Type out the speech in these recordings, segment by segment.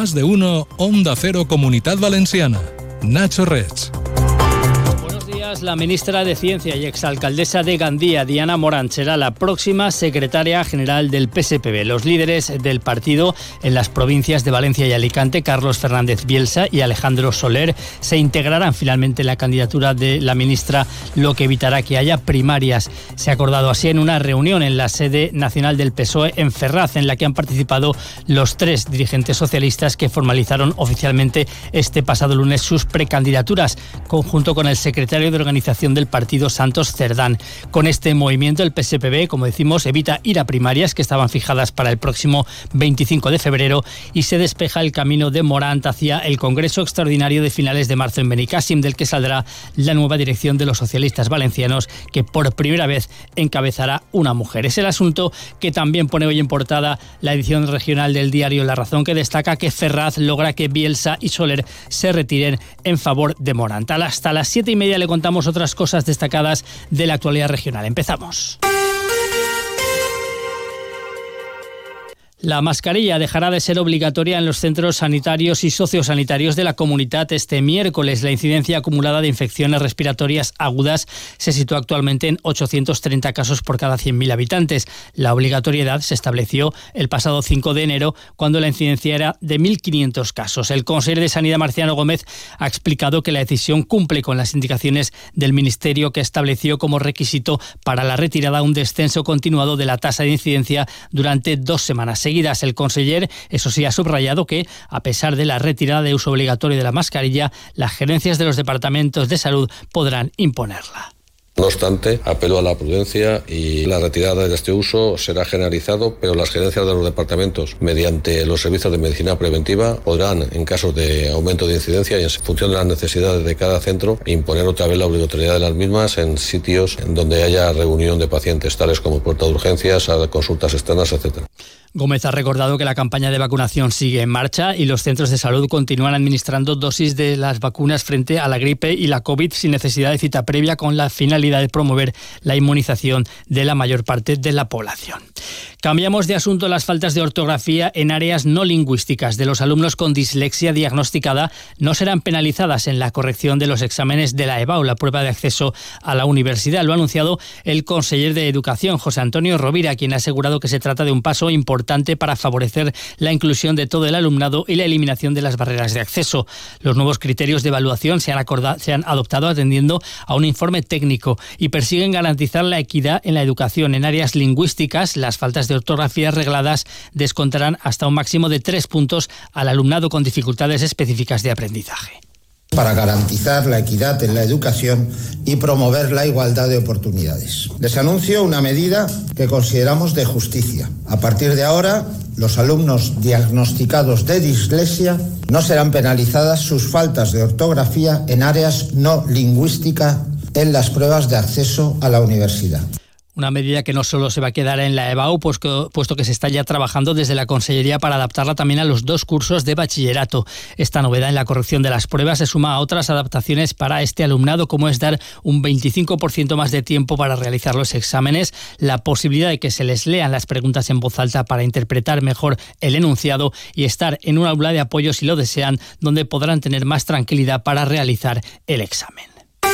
Más de Uno, Onda Cero Comunidad Valenciana. Nacho Reig. La ministra de Ciencia y exalcaldesa de Gandía, Diana Morant, será la próxima secretaria general del PSPB. Los líderes del partido en las provincias de Valencia y Alicante, Carlos Fernández Bielsa y Alejandro Soler, se integrarán finalmente en la candidatura de la ministra, lo que evitará que haya primarias. Se ha acordado así en una reunión en la sede nacional del PSOE en Ferraz, en la que han participado los 3 dirigentes socialistas que formalizaron oficialmente este pasado lunes sus precandidaturas, junto con el secretario de organización del partido, Santos Cerdán. Con este movimiento, el PSPB, como decimos, evita ir a primarias que estaban fijadas para el próximo 25 de febrero y se despeja el camino de Morant hacia el Congreso Extraordinario de finales de marzo en Benicàssim, del que saldrá la nueva dirección de los socialistas valencianos, que por primera vez encabezará una mujer. Es el asunto que también pone hoy en portada la edición regional del diario La Razón, que destaca que Ferraz logra que Bielsa y Soler se retiren en favor de Morant. Hasta las 7:30 le contamos otras cosas destacadas de la actualidad regional. Empezamos. La mascarilla dejará de ser obligatoria en los centros sanitarios y sociosanitarios de la comunidad este miércoles. La incidencia acumulada de infecciones respiratorias agudas se sitúa actualmente en 830 casos por cada 100.000 habitantes. La obligatoriedad se estableció el pasado 5 de enero, cuando la incidencia era de 1.500 casos. El consejero de Sanidad, Marciano Gómez, ha explicado que la decisión cumple con las indicaciones del Ministerio, que estableció como requisito para la retirada un descenso continuado de la tasa de incidencia durante 2 semanas seguidas. El conseller, eso sí, ha subrayado que, a pesar de la retirada de uso obligatorio de la mascarilla, las gerencias de los departamentos de salud podrán imponerla. No obstante, apelo a la prudencia y la retirada de este uso será generalizado, pero las gerencias de los departamentos, mediante los servicios de medicina preventiva, podrán, en caso de aumento de incidencia y en función de las necesidades de cada centro, imponer otra vez la obligatoriedad de las mismas en sitios en donde haya reunión de pacientes, tales como puerta de urgencias, consultas externas, etc. Gómez ha recordado que la campaña de vacunación sigue en marcha y los centros de salud continúan administrando dosis de las vacunas frente a la gripe y la COVID sin necesidad de cita previa, con la finalidad de promover la inmunización de la mayor parte de la población. Cambiamos de asunto. Las faltas de ortografía en áreas no lingüísticas de los alumnos con dislexia diagnosticada no serán penalizadas en la corrección de los exámenes de la EBAU, la prueba de acceso a la universidad. Lo ha anunciado el conseller de Educación, José Antonio Rovira, quien ha asegurado que se trata de un paso importante para favorecer la inclusión de todo el alumnado y la eliminación de las barreras de acceso. Los nuevos criterios de evaluación se han adoptado atendiendo a un informe técnico y persiguen garantizar la equidad en la educación. En áreas lingüísticas, las faltas de ortografía regladas descontarán hasta un máximo de 3 puntos al alumnado con dificultades específicas de aprendizaje. Para garantizar la equidad en la educación y promover la igualdad de oportunidades. Les anuncio una medida que consideramos de justicia. A partir de ahora, los alumnos diagnosticados de dislexia no serán penalizadas sus faltas de ortografía en áreas no lingüísticas en las pruebas de acceso a la universidad. Una medida que no solo se va a quedar en la EBAU, puesto que se está ya trabajando desde la Consellería para adaptarla también a los 2 cursos de bachillerato. Esta novedad en la corrección de las pruebas se suma a otras adaptaciones para este alumnado, como es dar un 25% más de tiempo para realizar los exámenes, la posibilidad de que se les lean las preguntas en voz alta para interpretar mejor el enunciado y estar en un aula de apoyo si lo desean, donde podrán tener más tranquilidad para realizar el examen.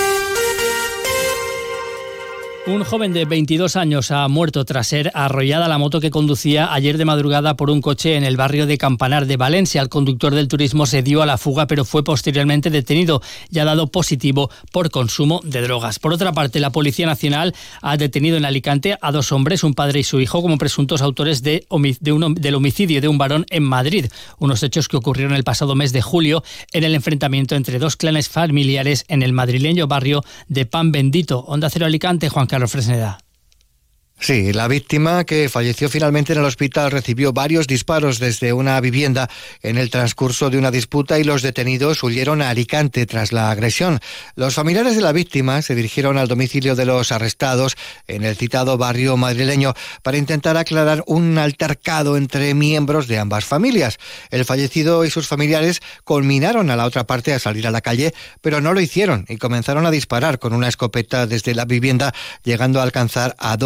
Un joven de 22 años ha muerto tras ser arrollada la moto que conducía ayer de madrugada por un coche en el barrio de Campanar de Valencia. El conductor del turismo se dio a la fuga, pero fue posteriormente detenido y ha dado positivo por consumo de drogas. Por otra parte, la Policía Nacional ha detenido en Alicante a 2 hombres, un padre y su hijo, como presuntos autores del homicidio de un varón en Madrid. Unos hechos que ocurrieron el pasado mes de julio en el enfrentamiento entre 2 clanes familiares en el madrileño barrio de Pan Bendito. Onda Cero Alicante, Juan Carlos Fresneda. Sí, la víctima, que falleció finalmente en el hospital, recibió varios disparos desde una vivienda en el transcurso de una disputa y los detenidos huyeron a Alicante tras la agresión. Los familiares de la víctima se dirigieron al domicilio de los arrestados en el citado barrio madrileño para intentar aclarar un altercado entre miembros de ambas familias. El fallecido y sus familiares conminaron a la otra parte a salir a la calle, pero no lo hicieron y comenzaron a disparar con una escopeta desde la vivienda, llegando a alcanzar a 2 de ellos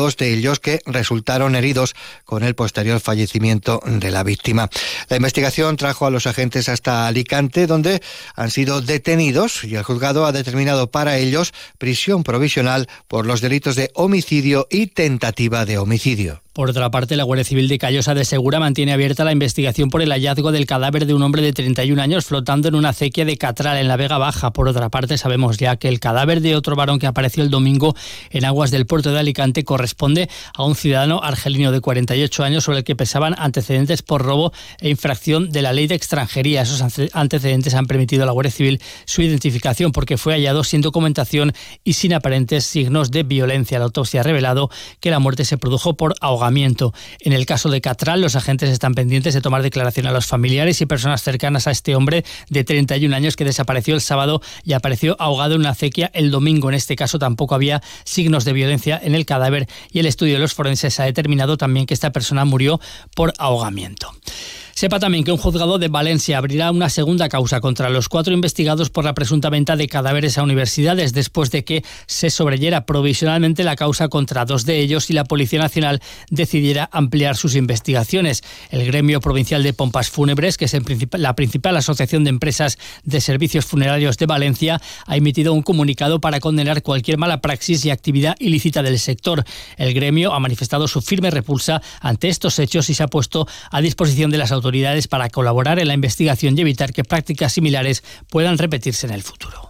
ellos que resultaron heridos con el posterior fallecimiento de la víctima. La investigación trajo a los agentes hasta Alicante, donde han sido detenidos y el juzgado ha determinado para ellos prisión provisional por los delitos de homicidio y tentativa de homicidio. Por otra parte, la Guardia Civil de Callosa de Segura mantiene abierta la investigación por el hallazgo del cadáver de un hombre de 31 años flotando en una acequia de Catral, en la Vega Baja. Por otra parte, sabemos ya que el cadáver de otro varón que apareció el domingo en aguas del puerto de Alicante corresponde a un ciudadano argelino de 48 años sobre el que pesaban antecedentes por robo e infracción de la ley de extranjería. Esos antecedentes han permitido a la Guardia Civil su identificación porque fue hallado sin documentación y sin aparentes signos de violencia. La autopsia ha revelado que la muerte se produjo por ahogamiento. En el caso de Catral, los agentes están pendientes de tomar declaración a los familiares y personas cercanas a este hombre de 31 años que desapareció el sábado y apareció ahogado en una acequia el domingo. En este caso tampoco había signos de violencia en el cadáver y el estudio de los forenses ha determinado también que esta persona murió por ahogamiento. Sepa también que un juzgado de Valencia abrirá una segunda causa contra los 4 investigados por la presunta venta de cadáveres a universidades después de que se sobreyera provisionalmente la causa contra 2 de ellos y la Policía Nacional decidiera ampliar sus investigaciones. El Gremio Provincial de Pompas Fúnebres, que es la principal asociación de empresas de servicios funerarios de Valencia, ha emitido un comunicado para condenar cualquier mala praxis y actividad ilícita del sector. El gremio ha manifestado su firme repulsa ante estos hechos y se ha puesto a disposición de las autoridades para colaborar en la investigación y evitar que prácticas similares puedan repetirse en el futuro.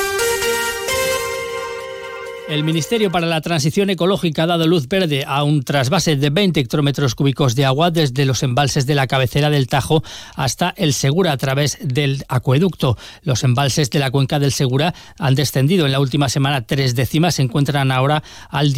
El Ministerio para la Transición Ecológica ha dado luz verde a un trasvase de 20 hectómetros cúbicos de agua desde los embalses de la cabecera del Tajo hasta el Segura a través del acueducto. Los embalses de la cuenca del Segura han descendido en la última semana 3 décimas, se encuentran ahora al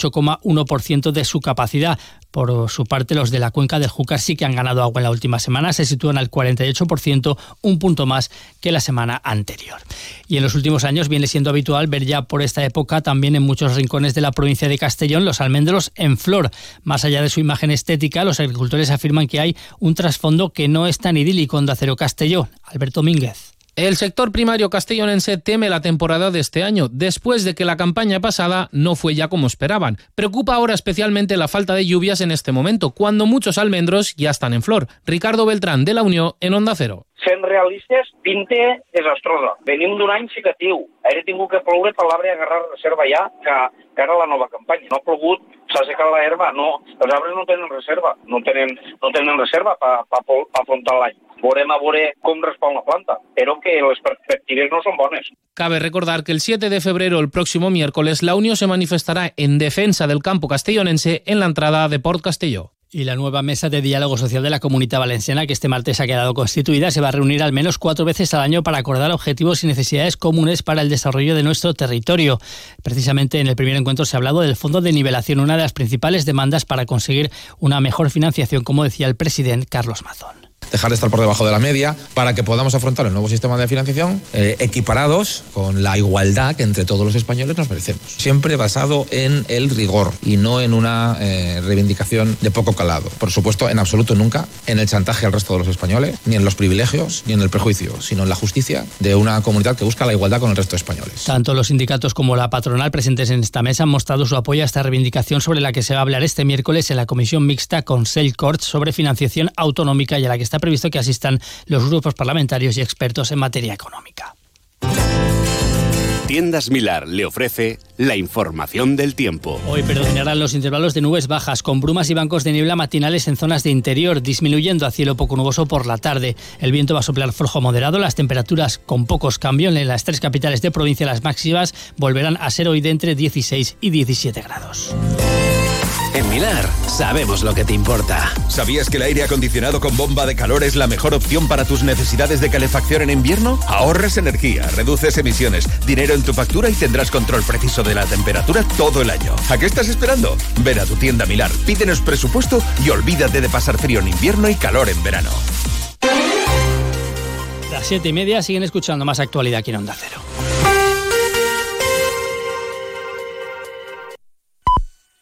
18,1% de su capacidad. Por su parte, los de la cuenca del Júcar sí que han ganado agua en la última semana, se sitúan al 48%, un punto más que la semana anterior. Y en los últimos años viene siendo habitual ver ya por esta época también en muchos rincones de la provincia de Castellón los almendros en flor. Más allá de su imagen estética, los agricultores afirman que hay un trasfondo que no es tan idílico. Onda Cero Castelló, Alberto Mínguez. El sector primario castellonense teme la temporada de este año, después de que la campaña pasada no fue ya como esperaban. Preocupa ahora especialmente la falta de lluvias en este momento, cuando muchos almendros ya están en flor. Ricardo Beltrán, de La Unió, en Onda Cero. Sent realistes, pinta desastrosa. Venim d'un any secatiu. Ara he tingut que ploure per l'arbre i agarrar reserva ja, que era la nova campanya. No ha plogut, s'ha secat la herba, no. Els arbres no tenen reserva, no tenen reserva per afrontar l'any. Veurem a veure com respon la planta, però que les perspectives no són bones. Cabe recordar que el 7 de febrero, el próximo miércoles, La Unió se manifestará en defensa del campo castellonense en la entrada de Port Castelló. Y la nueva mesa de diálogo social de la Comunitat Valenciana, que este martes ha quedado constituida, se va a reunir al menos 4 veces al año para acordar objetivos y necesidades comunes para el desarrollo de nuestro territorio. Precisamente en el primer encuentro se ha hablado del Fondo de Nivelación, una de las principales demandas para conseguir una mejor financiación, como decía el presidente Carlos Mazón. Dejar de estar por debajo de la media para que podamos afrontar el nuevo sistema de financiación equiparados con la igualdad que entre todos los españoles nos merecemos. Siempre basado en el rigor y no en una reivindicación de poco calado. Por supuesto, en absoluto nunca en el chantaje al resto de los españoles, ni en los privilegios, ni en el prejuicio, sino en la justicia de una comunidad que busca la igualdad con el resto de españoles. Tanto los sindicatos como la patronal presentes en esta mesa han mostrado su apoyo a esta reivindicación, sobre la que se va a hablar este miércoles en la Comisión Mixta Consell Corts sobre financiación autonómica, y a la que está previsto que asistan los grupos parlamentarios y expertos en materia económica. Tiendas Milar le ofrece la información del tiempo. Hoy predominarán los intervalos de nubes bajas, con brumas y bancos de niebla matinales en zonas de interior, disminuyendo a cielo poco nuboso por la tarde. El viento va a soplar flojo moderado, las temperaturas con pocos cambios. En las 3 capitales de provincia las máximas volverán a ser hoy de entre 16 y 17 grados. En Milar sabemos lo que te importa. ¿Sabías que el aire acondicionado con bomba de calor es la mejor opción para tus necesidades de calefacción en invierno? Ahorras energía, reduces emisiones, dinero en tu factura y tendrás control preciso de la temperatura todo el año. ¿A qué estás esperando? Ven a tu tienda Milar, pídenos presupuesto y olvídate de pasar frío en invierno y calor en verano. Las 7:30 siguen escuchando más actualidad aquí en Onda Cero.